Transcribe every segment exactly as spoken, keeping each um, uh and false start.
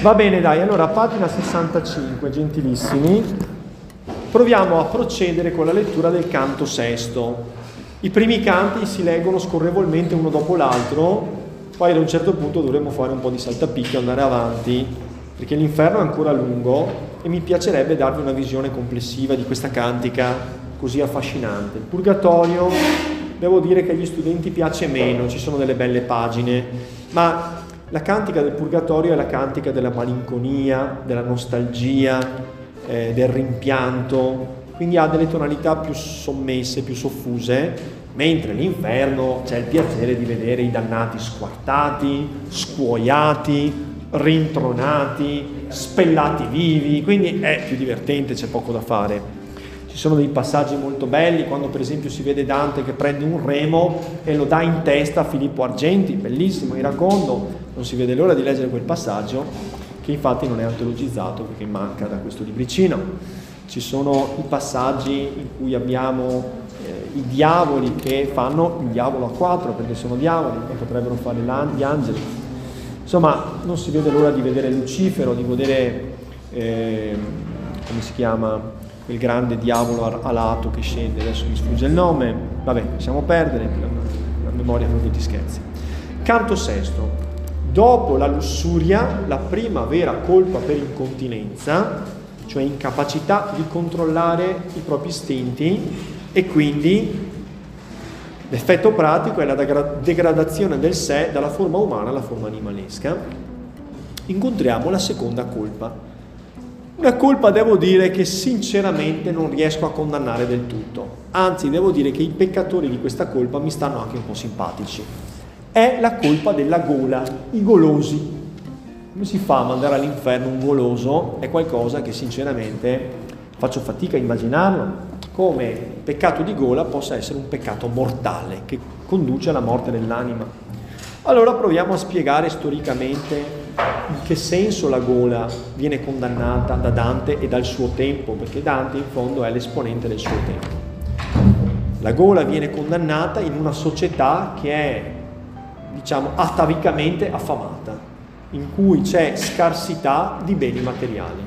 Va bene, dai, allora, pagina sessantacinque, gentilissimi, proviamo a procedere con la lettura del canto sesto. I primi canti si leggono scorrevolmente uno dopo l'altro, poi ad un certo punto dovremo fare un po' di saltapicchio, andare avanti, perché l'inferno è ancora lungo e mi piacerebbe darvi una visione complessiva di questa cantica così affascinante. Il Purgatorio, devo dire che agli studenti piace meno, ci sono delle belle pagine, ma la cantica del Purgatorio è la cantica della malinconia, della nostalgia, eh, del rimpianto, quindi ha delle tonalità più sommesse, più soffuse, mentre l'inferno c'è il piacere di vedere i dannati squartati, scuoiati, rintronati, spellati vivi, quindi è più divertente, c'è poco da fare. Ci sono dei passaggi molto belli, quando per esempio si vede Dante che prende un remo e lo dà in testa a Filippo Argenti, bellissimo, iracondo, non si vede l'ora di leggere quel passaggio, che infatti non è antologizzato perché manca da questo libricino. Ci sono i passaggi in cui abbiamo eh, i diavoli che fanno il diavolo a quattro, perché sono diavoli, che potrebbero fare gli angeli. Insomma, non si vede l'ora di vedere Lucifero, di vedere, eh, come si chiama, quel grande diavolo alato che scende, adesso mi sfugge il nome, vabbè, lasciamo perdere, la, la memoria fa tutti scherzi. Canto sesto. Dopo la lussuria, la prima vera colpa per incontinenza, cioè incapacità di controllare i propri istinti, e quindi l'effetto pratico è la degradazione del sé dalla forma umana alla forma animalesca. Incontriamo la seconda colpa. Una colpa, devo dire, che sinceramente non riesco a condannare del tutto. Anzi, devo dire che i peccatori di questa colpa mi stanno anche un po' simpatici. È la colpa della gola, i golosi. Come si fa a mandare all'inferno un goloso? È qualcosa che sinceramente faccio fatica a immaginarlo, come il peccato di gola possa essere un peccato mortale che conduce alla morte dell'anima. Allora proviamo a spiegare storicamente in che senso la gola viene condannata da Dante e dal suo tempo, perché Dante in fondo è l'esponente del suo tempo. La gola viene condannata in una società che è, diciamo, atavicamente affamata, in cui c'è scarsità di beni materiali,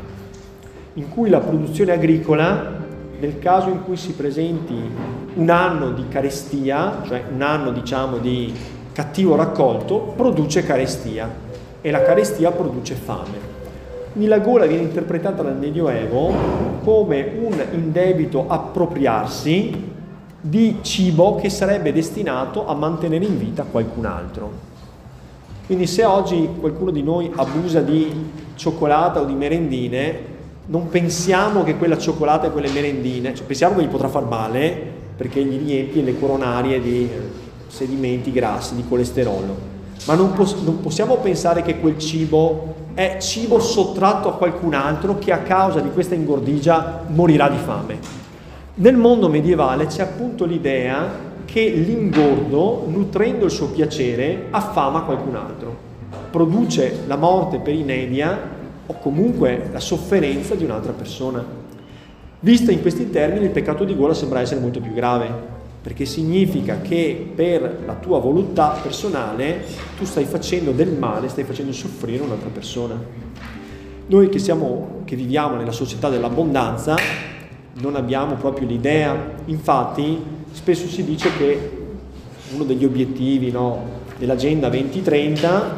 in cui la produzione agricola, nel caso in cui si presenti un anno di carestia, cioè un anno, diciamo, di cattivo raccolto, produce carestia, e la carestia produce fame. Quindi la gola viene interpretata dal Medioevo come un indebito appropriarsi di cibo che sarebbe destinato a mantenere in vita qualcun altro. Quindi se oggi qualcuno di noi abusa di cioccolata o di merendine, non pensiamo che quella cioccolata e quelle merendine, cioè pensiamo che gli potrà far male perché gli riempie le coronarie di sedimenti grassi, di colesterolo, ma non, pos- non possiamo pensare che quel cibo è cibo sottratto a qualcun altro che a causa di questa ingordigia morirà di fame. Nel mondo medievale c'è appunto l'idea che l'ingordo, nutrendo il suo piacere, affama qualcun altro, produce la morte per inedia o comunque la sofferenza di un'altra persona. Vista in questi termini, il peccato di gola sembra essere molto più grave, perché significa che per la tua volontà personale tu stai facendo del male, stai facendo soffrire un'altra persona. Noi che siamo, che viviamo nella società dell'abbondanza, non abbiamo proprio l'idea. Infatti spesso si dice che uno degli obiettivi, no, dell'agenda duemilatrenta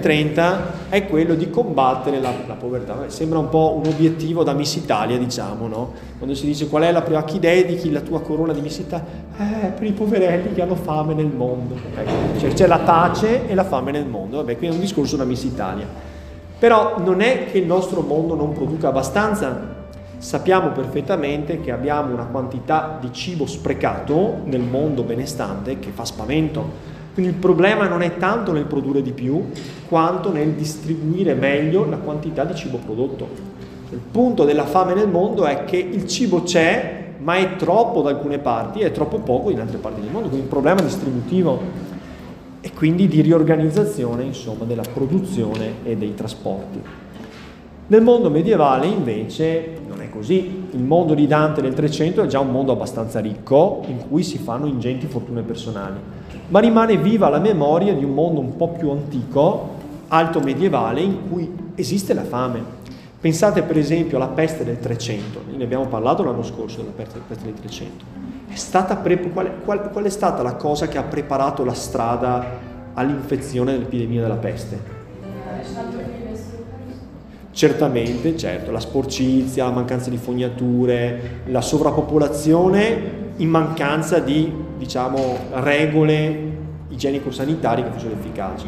è quello di combattere la, la povertà. Sembra un po' un obiettivo da Miss Italia, diciamo, no? Quando si dice qual è la prima, a chi dedichi la tua corona di Miss Italia? Eh, per i poverelli che hanno fame nel mondo. Ecco, cioè, c'è la pace e la fame nel mondo. Vabbè, qui è un discorso da Miss Italia. Però non è che il nostro mondo non produca abbastanza. Sappiamo perfettamente che abbiamo una quantità di cibo sprecato nel mondo benestante che fa spavento. Quindi il problema non è tanto nel produrre di più, quanto nel distribuire meglio la quantità di cibo prodotto. Il punto della fame nel mondo è che il cibo c'è, ma è troppo da alcune parti e è troppo poco in altre parti del mondo. Quindi un problema distributivo e quindi di riorganizzazione, insomma, della produzione e dei trasporti. Nel mondo medievale invece non è così. Il mondo di Dante del trecento è già un mondo abbastanza ricco in cui si fanno ingenti fortune personali, ma rimane viva la memoria di un mondo un po' più antico, alto medievale, in cui esiste la fame. Pensate per esempio alla peste del trecento, ne abbiamo parlato l'anno scorso della peste del trecento. È stata pre- qual, qual, qual è stata la cosa che ha preparato la strada all'infezione dell'epidemia della peste? Certamente, certo, la sporcizia, la mancanza di fognature, la sovrappopolazione in mancanza di, diciamo, regole igienico-sanitarie che fossero efficaci.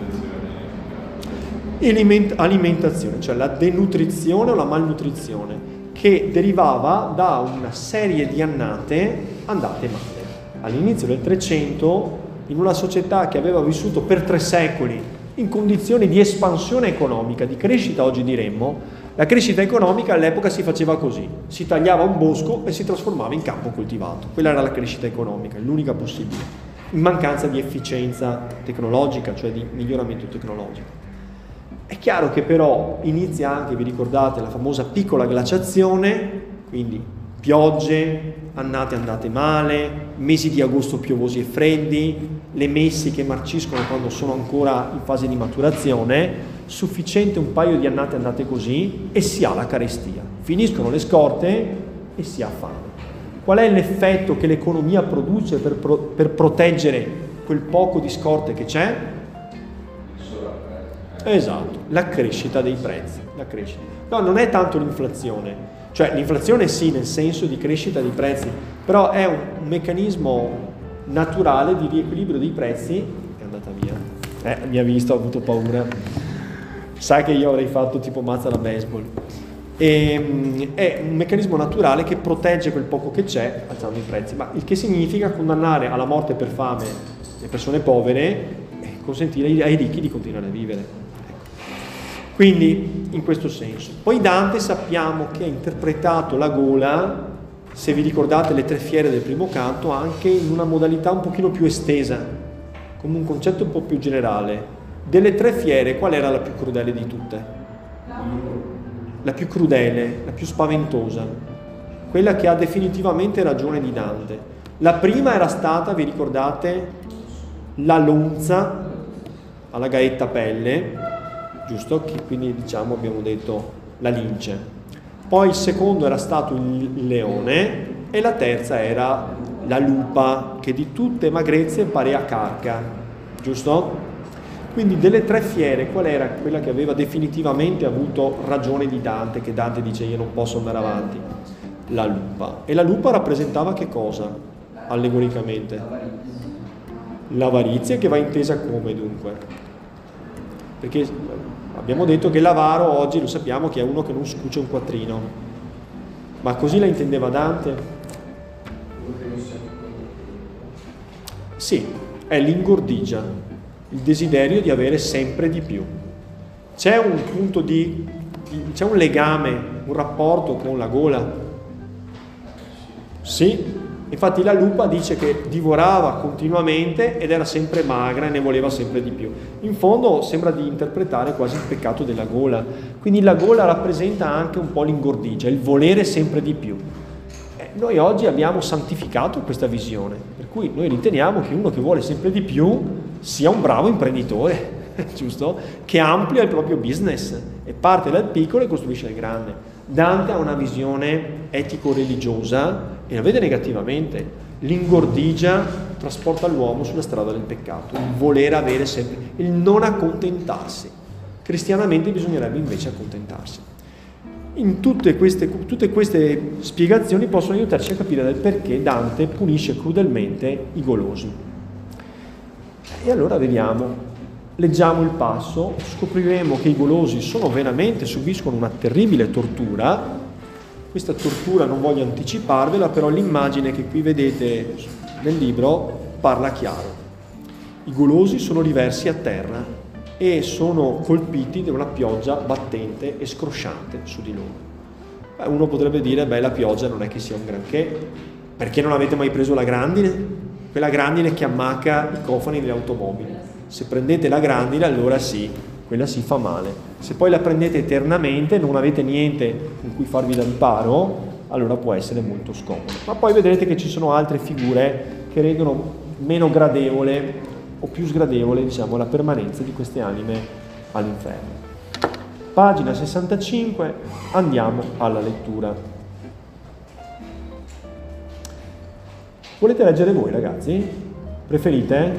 Alimentazione, cioè la denutrizione o la malnutrizione, che derivava da una serie di annate andate male. All'inizio del trecento, in una società che aveva vissuto per tre secoli in condizioni di espansione economica, di crescita oggi diremmo, la crescita economica all'epoca si faceva così: si tagliava un bosco e si trasformava in campo coltivato. Quella era la crescita economica, l'unica possibile, in mancanza di efficienza tecnologica, cioè di miglioramento tecnologico. È chiaro che però inizia anche, vi ricordate, la famosa piccola glaciazione, quindi piogge, annate andate male, mesi di agosto piovosi e freddi, le messi che marciscono quando sono ancora in fase di maturazione, sufficiente un paio di annate andate così e si ha la carestia. Finiscono le scorte e si ha fame. Qual è l'effetto che l'economia produce per, pro- per proteggere quel poco di scorte che c'è? Esatto, la crescita dei prezzi. La crescita. No, non è tanto l'inflazione, cioè l'inflazione sì, nel senso di crescita dei prezzi, però è un, un meccanismo naturale di riequilibrio dei prezzi. È andata via. Eh, mi ha visto, ho avuto paura. Sa che io avrei fatto tipo mazza da baseball. E, è un meccanismo naturale che protegge quel poco che c'è alzando i prezzi, ma il che significa condannare alla morte per fame le persone povere e consentire ai ricchi di continuare a vivere. Quindi in questo senso. Poi Dante sappiamo che ha interpretato la gola, se vi ricordate le tre fiere del primo canto, anche in una modalità un pochino più estesa, come un concetto un po' più generale. Delle tre fiere qual era la più crudele di tutte? La più crudele, la più spaventosa, quella che ha definitivamente ragione di Dante. La prima era stata, vi ricordate, la lonza alla Gaetta Pelle, giusto? Che quindi diciamo abbiamo detto la lince. Poi il secondo era stato il leone e la terza era la lupa, che di tutte magrezze parea carca, giusto? Quindi delle tre fiere qual era quella che aveva definitivamente avuto ragione di Dante, che Dante dice io non posso andare avanti? La lupa. E la lupa rappresentava che cosa? Allegoricamente? L'avarizia, che va intesa come dunque? Perché abbiamo detto che l'avaro oggi lo sappiamo che è uno che non scuce un quattrino, ma così la intendeva Dante? Sì, è l'ingordigia, il desiderio di avere sempre di più. C'è un punto di, di c'è un legame, un rapporto con la gola? Sì. Infatti la lupa dice che divorava continuamente ed era sempre magra e ne voleva sempre di più. In fondo sembra di interpretare quasi il peccato della gola. Quindi la gola rappresenta anche un po' l'ingordigia, il volere sempre di più. Eh, noi oggi abbiamo santificato questa visione, per cui noi riteniamo che uno che vuole sempre di più sia un bravo imprenditore, giusto? Che amplia il proprio business e parte dal piccolo e costruisce il grande. Dante ha una visione etico-religiosa e la vede negativamente. L'ingordigia trasporta l'uomo sulla strada del peccato, il voler avere sempre, il non accontentarsi. Cristianamente bisognerebbe invece accontentarsi. In tutte queste, tutte queste spiegazioni possono aiutarci a capire del perché Dante punisce crudelmente i golosi. E allora vediamo. Leggiamo il passo, scopriremo che i golosi sono veramente, subiscono una terribile tortura. Questa tortura non voglio anticiparvela, però l'immagine che qui vedete nel libro parla chiaro. I golosi sono riversi a terra e sono colpiti da una pioggia battente e scrosciante su di loro. Beh, uno potrebbe dire, beh, la pioggia non è che sia un granché, perché non avete mai preso la grandine? Quella grandine che ammacca i cofani delle automobili. Se prendete la grandine allora sì, quella si fa male. Se poi la prendete eternamente, non avete niente con cui farvi da riparo, allora può essere molto scomodo. Ma poi vedrete che ci sono altre figure che rendono meno gradevole o più sgradevole, diciamo, la permanenza di queste anime all'inferno. Pagina sessantacinque, andiamo alla lettura. Volete leggere voi, ragazzi? Preferite?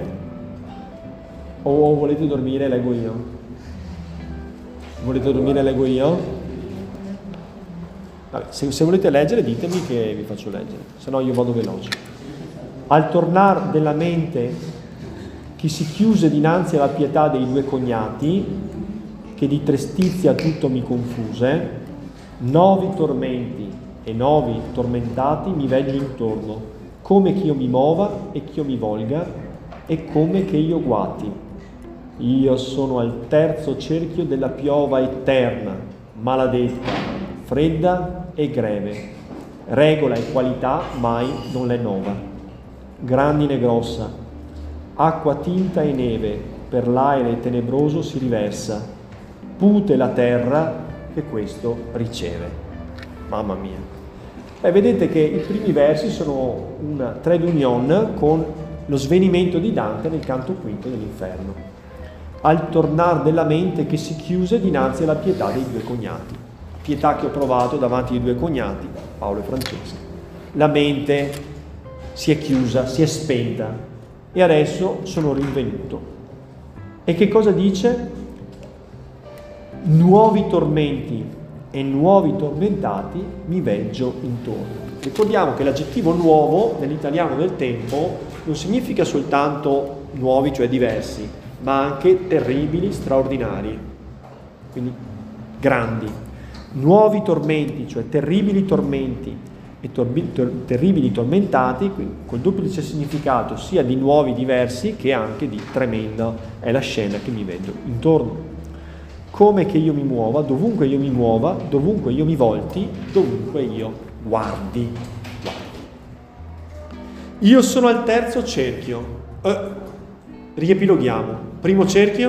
O volete dormire e leggo io? Volete dormire e leggo io? Vabbè, se, se volete leggere ditemi che vi faccio leggere, se no io vado veloce. Al tornar della mente chi si chiuse dinanzi alla pietà dei due cognati, che di trestizia tutto mi confuse, novi tormenti e novi tormentati mi veggio intorno, come che io mi muova e che io mi volga, e come che io guati. Io sono al terzo cerchio della piova eterna, maledetta, fredda e greve, regola e qualità mai non l'è nova. Grandine grossa, acqua tinta e neve, per l'aere tenebroso si riversa, pute la terra che questo riceve. Mamma mia. E vedete che i primi versi sono una trait d'union con lo svenimento di Dante nel canto quinto dell'Inferno. Al tornar della mente che si chiuse dinanzi alla pietà dei due cognati. Pietà che ho provato davanti ai due cognati, Paolo e Francesca. La mente si è chiusa, si è spenta e adesso sono rinvenuto. E che cosa dice? Nuovi tormenti e nuovi tormentati mi veggio intorno. Ricordiamo che l'aggettivo nuovo nell'italiano del tempo non significa soltanto nuovi, cioè diversi, ma anche terribili, straordinari, quindi grandi. Nuovi tormenti, cioè terribili tormenti e torbi, ter, terribili tormentati, quindi col duplice significato sia di nuovi, diversi, che anche di tremenda è la scena che mi vedo intorno. Come che io mi muova, dovunque io mi muova, dovunque io mi volti, dovunque io guardi. guardi. Io sono al terzo cerchio. Eh, riepiloghiamo. Primo cerchio?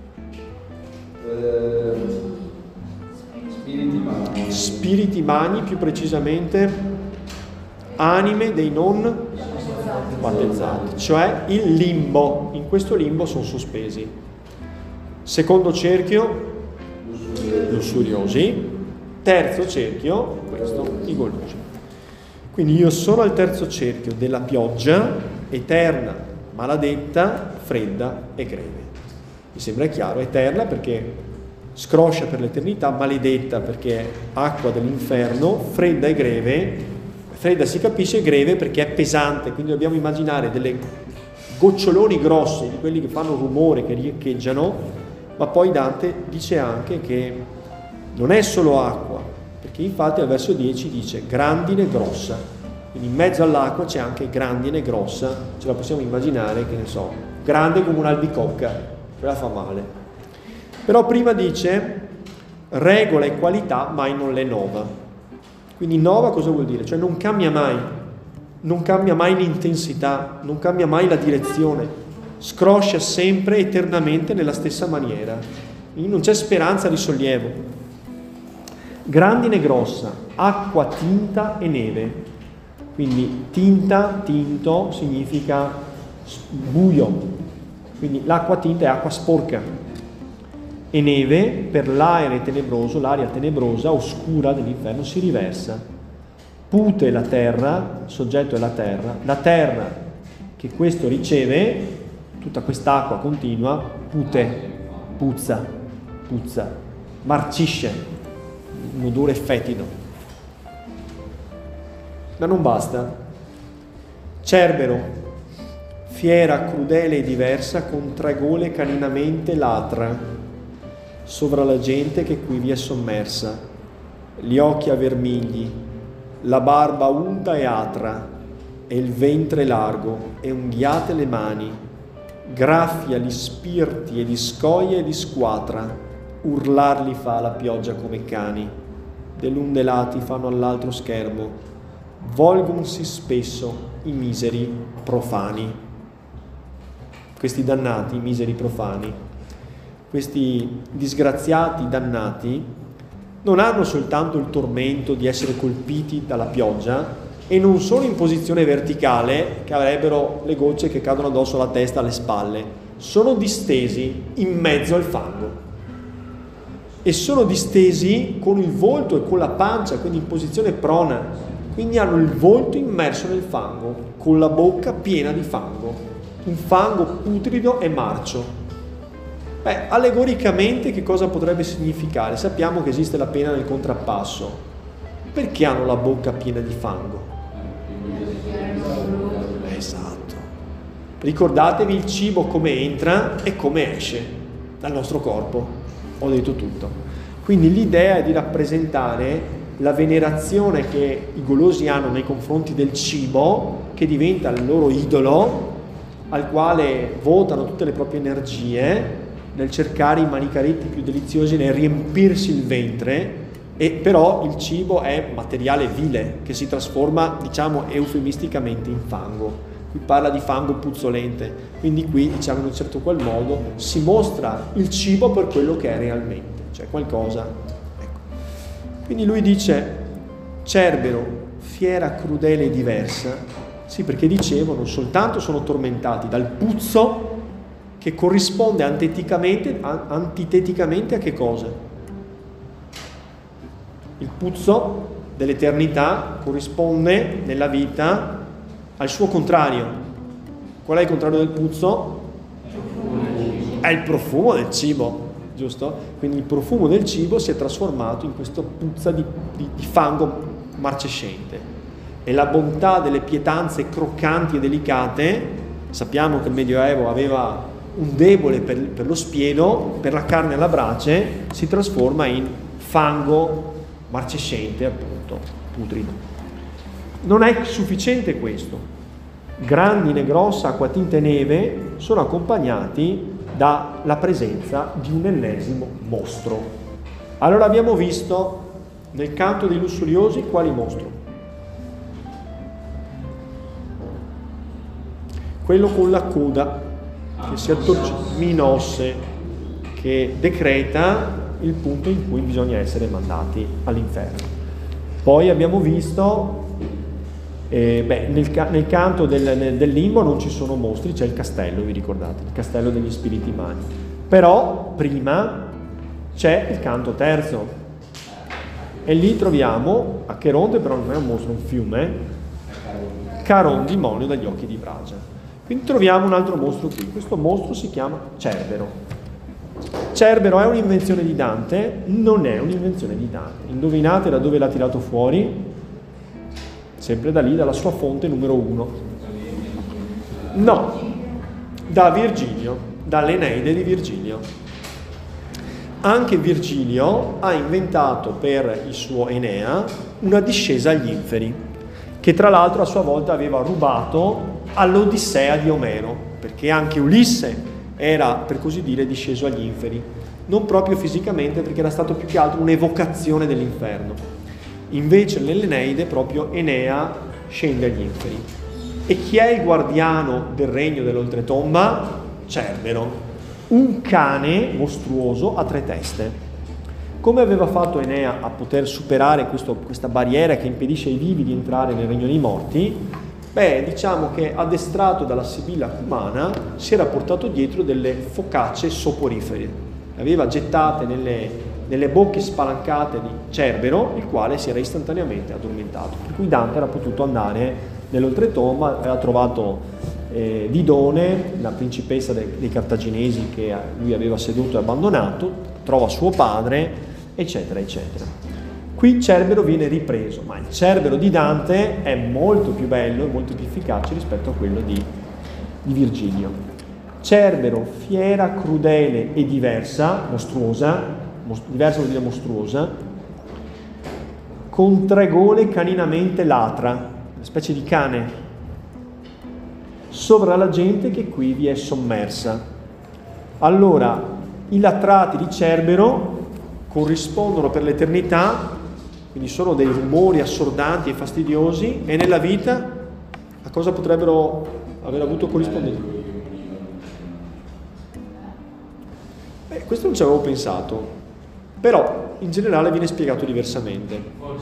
Eh, spiriti magni. Spiriti magni, più precisamente anime dei non battezzati, cioè il limbo. In questo limbo sono sospesi. Secondo cerchio? Lussuriosi. Terzo cerchio? Questo, i golosi. Quindi io sono al terzo cerchio della pioggia eterna, maledetta, fredda e greve. Mi sembra chiaro, eterna perché scroscia per l'eternità, maledetta perché è acqua dell'inferno, fredda e greve. Fredda si capisce, greve perché è pesante, quindi dobbiamo immaginare delle goccioloni grossi, di quelli che fanno rumore, che riecheggiano, ma poi Dante dice anche che non è solo acqua, perché infatti al verso dieci dice grandine grossa, quindi in mezzo all'acqua c'è anche grandine grossa, ce la possiamo immaginare, che ne so, grande come un'albicocca, quella fa male. Però prima dice regola e qualità mai non le nova. Quindi nova cosa vuol dire? Cioè non cambia mai, non cambia mai l'intensità, non cambia mai la direzione, scroscia sempre eternamente nella stessa maniera, quindi non c'è speranza di sollievo. Grandine grossa, acqua tinta e neve. Quindi tinta, tinto significa buio, quindi l'acqua tinta è acqua sporca. E neve, per l'aere tenebroso, l'aria tenebrosa, oscura dell'inferno, si riversa. Pute la terra, soggetto è la terra, la terra che questo riceve, tutta quest'acqua continua, pute, puzza, puzza, marcisce, un odore fetido. Ma non basta. Cerbero, fiera, crudele e diversa, con tre gole caninamente latra sovra la gente che qui vi è sommersa, gli occhi a vermigli, la barba unta e atra, e il ventre largo, e unghiate le mani, graffia gli spirti e li scoglie e li squatra, urlar li fa la pioggia come cani, dell'un dei lati fanno all'altro schermo, volgonsi spesso i miseri profani. Questi dannati, i miseri profani, questi disgraziati dannati non hanno soltanto il tormento di essere colpiti dalla pioggia e non sono in posizione verticale che avrebbero le gocce che cadono addosso alla testa, alle spalle, sono distesi in mezzo al fango. e sono distesi con il volto e con la pancia, quindi in posizione prona, quindi hanno il volto immerso nel fango, con la bocca piena di fango, un fango putrido e marcio. Beh, allegoricamente che cosa potrebbe significare? Sappiamo che esiste la pena nel contrappasso. Perché hanno la bocca piena di fango? Esatto. Ricordatevi il cibo come entra e come esce dal nostro corpo. Ho detto tutto. Quindi l'idea è di rappresentare la venerazione che i golosi hanno nei confronti del cibo, che diventa il loro idolo, al quale votano tutte le proprie energie nel cercare i manicaretti più deliziosi, nel riempirsi il ventre. E però il cibo è materiale vile che si trasforma, diciamo, eufemisticamente in fango. Qui parla di fango puzzolente, quindi qui, diciamo, in un certo qual modo si mostra il cibo per quello che è realmente, cioè qualcosa. Ecco. Quindi lui dice: Cerbero, fiera crudele e diversa. Sì, perché dicevo, non soltanto sono tormentati dal puzzo che corrisponde antiteticamente, antiteticamente a che cosa? Il puzzo dell'eternità corrisponde nella vita al suo contrario. Qual è il contrario del puzzo? È il profumo del cibo, giusto? Quindi il profumo del cibo si è trasformato in questa puzza di, di, di fango marcescente. E la bontà delle pietanze croccanti e delicate, sappiamo che il Medioevo aveva un debole per, per lo spiedo, per la carne alla brace, si trasforma in fango marcescente, appunto, putrido. Non è sufficiente questo. Grandine grossa, acquatinta e neve sono accompagnati dalla presenza di un ennesimo mostro. Allora abbiamo visto nel canto dei lussuriosi quali mostro? Quello con la coda che si attorce, Minosse, che decreta il punto in cui bisogna essere mandati all'inferno. Poi abbiamo visto, eh, beh, nel, nel canto del, nel, del limbo non ci sono mostri, c'è il castello, vi ricordate, il castello degli spiriti mani. Però prima c'è il canto terzo e lì troviamo Acheronte, però non è un mostro, è un fiume, Caron, demonio dagli occhi di bragia. Quindi troviamo un altro mostro qui. Questo mostro si chiama Cerbero. Cerbero è un'invenzione di Dante? Non è un'invenzione di Dante. Indovinate da dove l'ha tirato fuori? Sempre da lì, dalla sua fonte numero uno. No, da Virgilio, dall'Eneide di Virgilio. Anche Virgilio ha inventato per il suo Enea una discesa agli inferi, che tra l'altro a sua volta aveva rubato all'Odissea di Omero, perché anche Ulisse era, per così dire, disceso agli inferi, non proprio fisicamente, perché era stato più che altro un'evocazione dell'inferno. Invece nell'Eneide proprio Enea scende agli inferi. E chi è il guardiano del regno dell'oltretomba? Cerbero, un cane mostruoso a tre teste. Come aveva fatto Enea a poter superare questo, questa barriera che impedisce ai vivi di entrare nel regno dei morti? Beh, diciamo che addestrato dalla Sibilla Cumana si era portato dietro delle focacce soporifere, le aveva gettate nelle, nelle bocche spalancate di Cerbero, il quale si era istantaneamente addormentato. Per cui Dante era potuto andare nell'oltretomba, aveva trovato eh, Didone, la principessa de, dei Cartaginesi che lui aveva seduto e abbandonato, trova suo padre, eccetera, eccetera. Qui Cerbero viene ripreso, ma il Cerbero di Dante è molto più bello e molto più efficace rispetto a quello di, di Virgilio. Cerbero, fiera, crudele e diversa, mostruosa, most- diversa vuol dire mostruosa, con tre gole caninamente latra, una specie di cane, sovra la gente che qui vi è sommersa. Allora, i latrati di Cerbero corrispondono per l'eternità, quindi sono dei rumori assordanti e fastidiosi, e nella vita a cosa potrebbero aver avuto corrispondenza? Beh, questo non ci avevo pensato, però in generale viene spiegato diversamente. Forse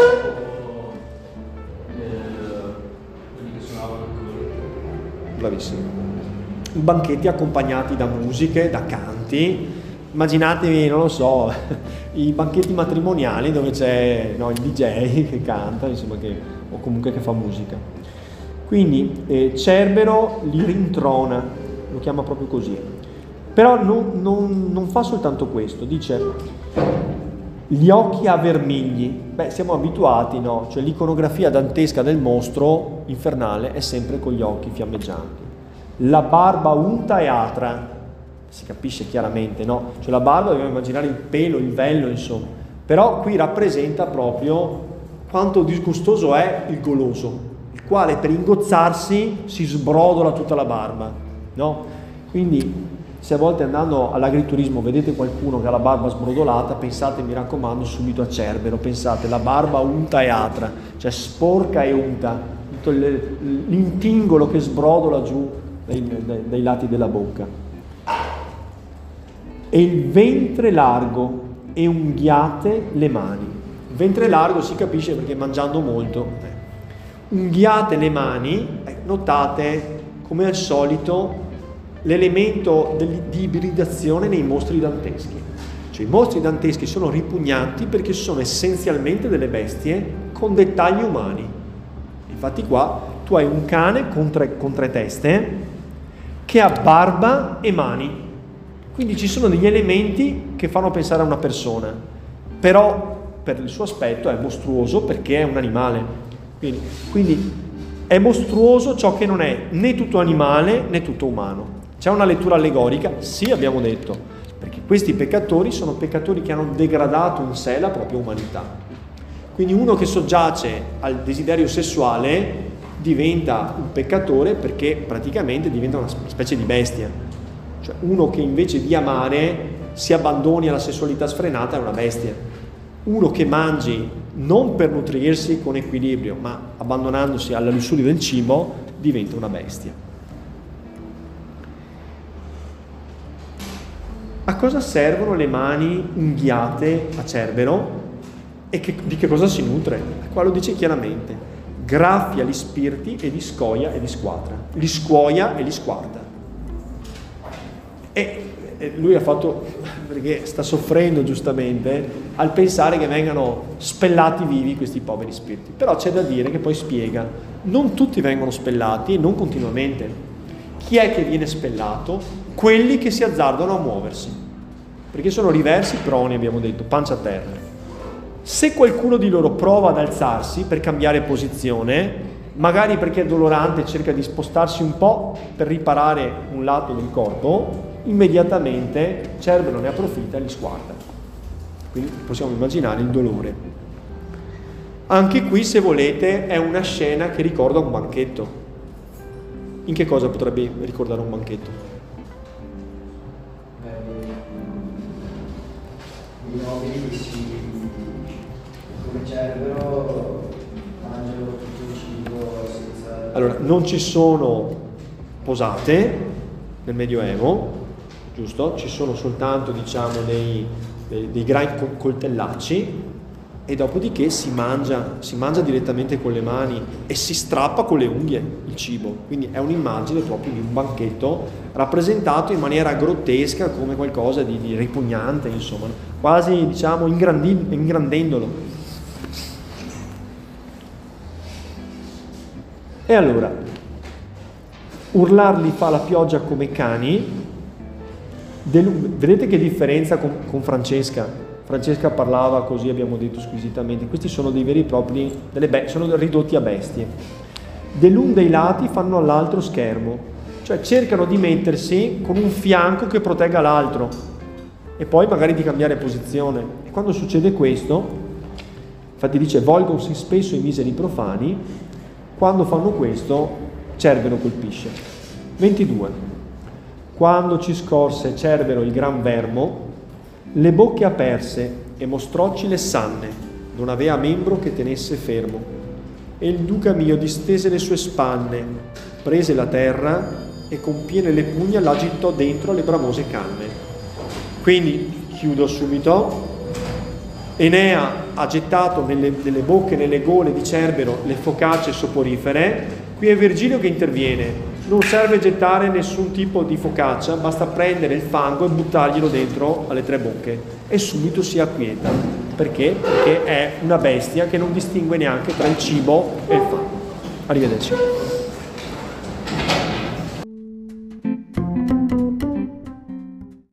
quelli che suonavano Bravissimo. Banchetti accompagnati da musiche, da canti, immaginatevi, non lo so, i banchetti matrimoniali dove c'è, no, il D J che canta, insomma, che, o comunque che fa musica. Quindi eh, Cerbero li rintrona, lo chiama proprio così. Però non, non, non fa soltanto questo, dice gli occhi a vermigli. Beh, siamo abituati, no? Cioè l'iconografia dantesca del mostro infernale è sempre con gli occhi fiammeggianti. La barba unta e atra, si capisce chiaramente, no? Cioè la barba, dobbiamo immaginare il pelo, il vello, insomma. Però qui rappresenta proprio quanto disgustoso è il goloso, il quale per ingozzarsi si sbrodola tutta la barba, no? Quindi se a volte andando all'agriturismo vedete qualcuno che ha la barba sbrodolata, pensate, mi raccomando, subito a Cerbero, pensate la barba unta e atra, cioè sporca e unta, tutto l'intingolo che sbrodola giù dai, dai, dai lati della bocca. E il ventre largo e unghiate le mani. Il ventre largo si capisce perché mangiando molto. Unghiate le mani, notate come al solito l'elemento di ibridazione nei mostri danteschi. Cioè i mostri danteschi sono ripugnanti perché sono essenzialmente delle bestie con dettagli umani. Infatti qua tu hai un cane con tre, con tre teste che ha barba e mani. Quindi ci sono degli elementi che fanno pensare a una persona, però per il suo aspetto è mostruoso perché è un animale. Quindi, quindi è mostruoso ciò che non è né tutto animale né tutto umano. C'è una lettura allegorica? Sì, abbiamo detto, perché questi peccatori sono peccatori che hanno degradato in sé la propria umanità. Quindi uno che soggiace al desiderio sessuale diventa un peccatore perché praticamente diventa una specie di bestia. Cioè uno che invece di amare si abbandoni alla sessualità sfrenata è una bestia. Uno che mangi non per nutrirsi con equilibrio, ma abbandonandosi alla lussuria del cibo, diventa una bestia. A cosa servono le mani unghiate a Cerbero e che, di che cosa si nutre? Qua lo dice chiaramente: graffia gli spiriti e li scoia e li squadra, li scuoia e li squarta. E, e lui ha fatto, perché sta soffrendo giustamente al pensare che vengano spellati vivi questi poveri spiriti. Però c'è da dire che poi spiega, non tutti vengono spellati e non continuamente. Chi è che viene spellato? Quelli che si azzardano a muoversi, perché sono riversi proni, abbiamo detto, pancia a terra. Se qualcuno di loro prova ad alzarsi per cambiare posizione, magari perché è dolorante e cerca di spostarsi un po' per riparare un lato del corpo, immediatamente Cerbero ne approfitta e li sguarda. Quindi possiamo immaginare il dolore. Anche qui, se volete, è una scena che ricorda un banchetto. In che cosa potrebbe ricordare un banchetto? I nobili si, come Cerbero, mangiano tutto il cibo senza... Allora, non ci sono posate nel Medioevo, giusto? Ci sono soltanto, diciamo, dei, dei, dei grandi coltellacci, e dopodiché si mangia, si mangia direttamente con le mani e si strappa con le unghie il cibo. Quindi è un'immagine proprio di un banchetto rappresentato in maniera grottesca come qualcosa di, di ripugnante, insomma, quasi, diciamo, ingrandi, ingrandendolo. E allora, urlarli fa la pioggia come cani. Del, vedete che differenza con, con Francesca? Francesca parlava così, abbiamo detto, squisitamente. Questi sono dei veri e propri, delle be- sono ridotti a bestie. Dell'un dei lati fanno all'altro schermo, cioè cercano di mettersi con un fianco che protegga l'altro e poi magari di cambiare posizione. E quando succede questo, infatti dice, volgonsi spesso i miseri profani, quando fanno questo Cerbero colpisce. ventidue. Quando ci scorse Cerbero il gran vermo, le bocche aperse e mostrocci le sanne, non avea membro che tenesse fermo. E il duca mio distese le sue spanne, prese la terra e con piene le pugna la gittò dentro le bramose canne. Quindi, chiudo subito, Enea ha gettato nelle, nelle bocche, nelle gole di Cerbero le focacce soporifere. Qui è Virgilio che interviene. non serve gettare nessun tipo di focaccia, basta prendere il fango e buttarglielo dentro alle tre bocche e subito si acquieta. Perché? Perché è una bestia che non distingue neanche tra il cibo e il fango. Arrivederci.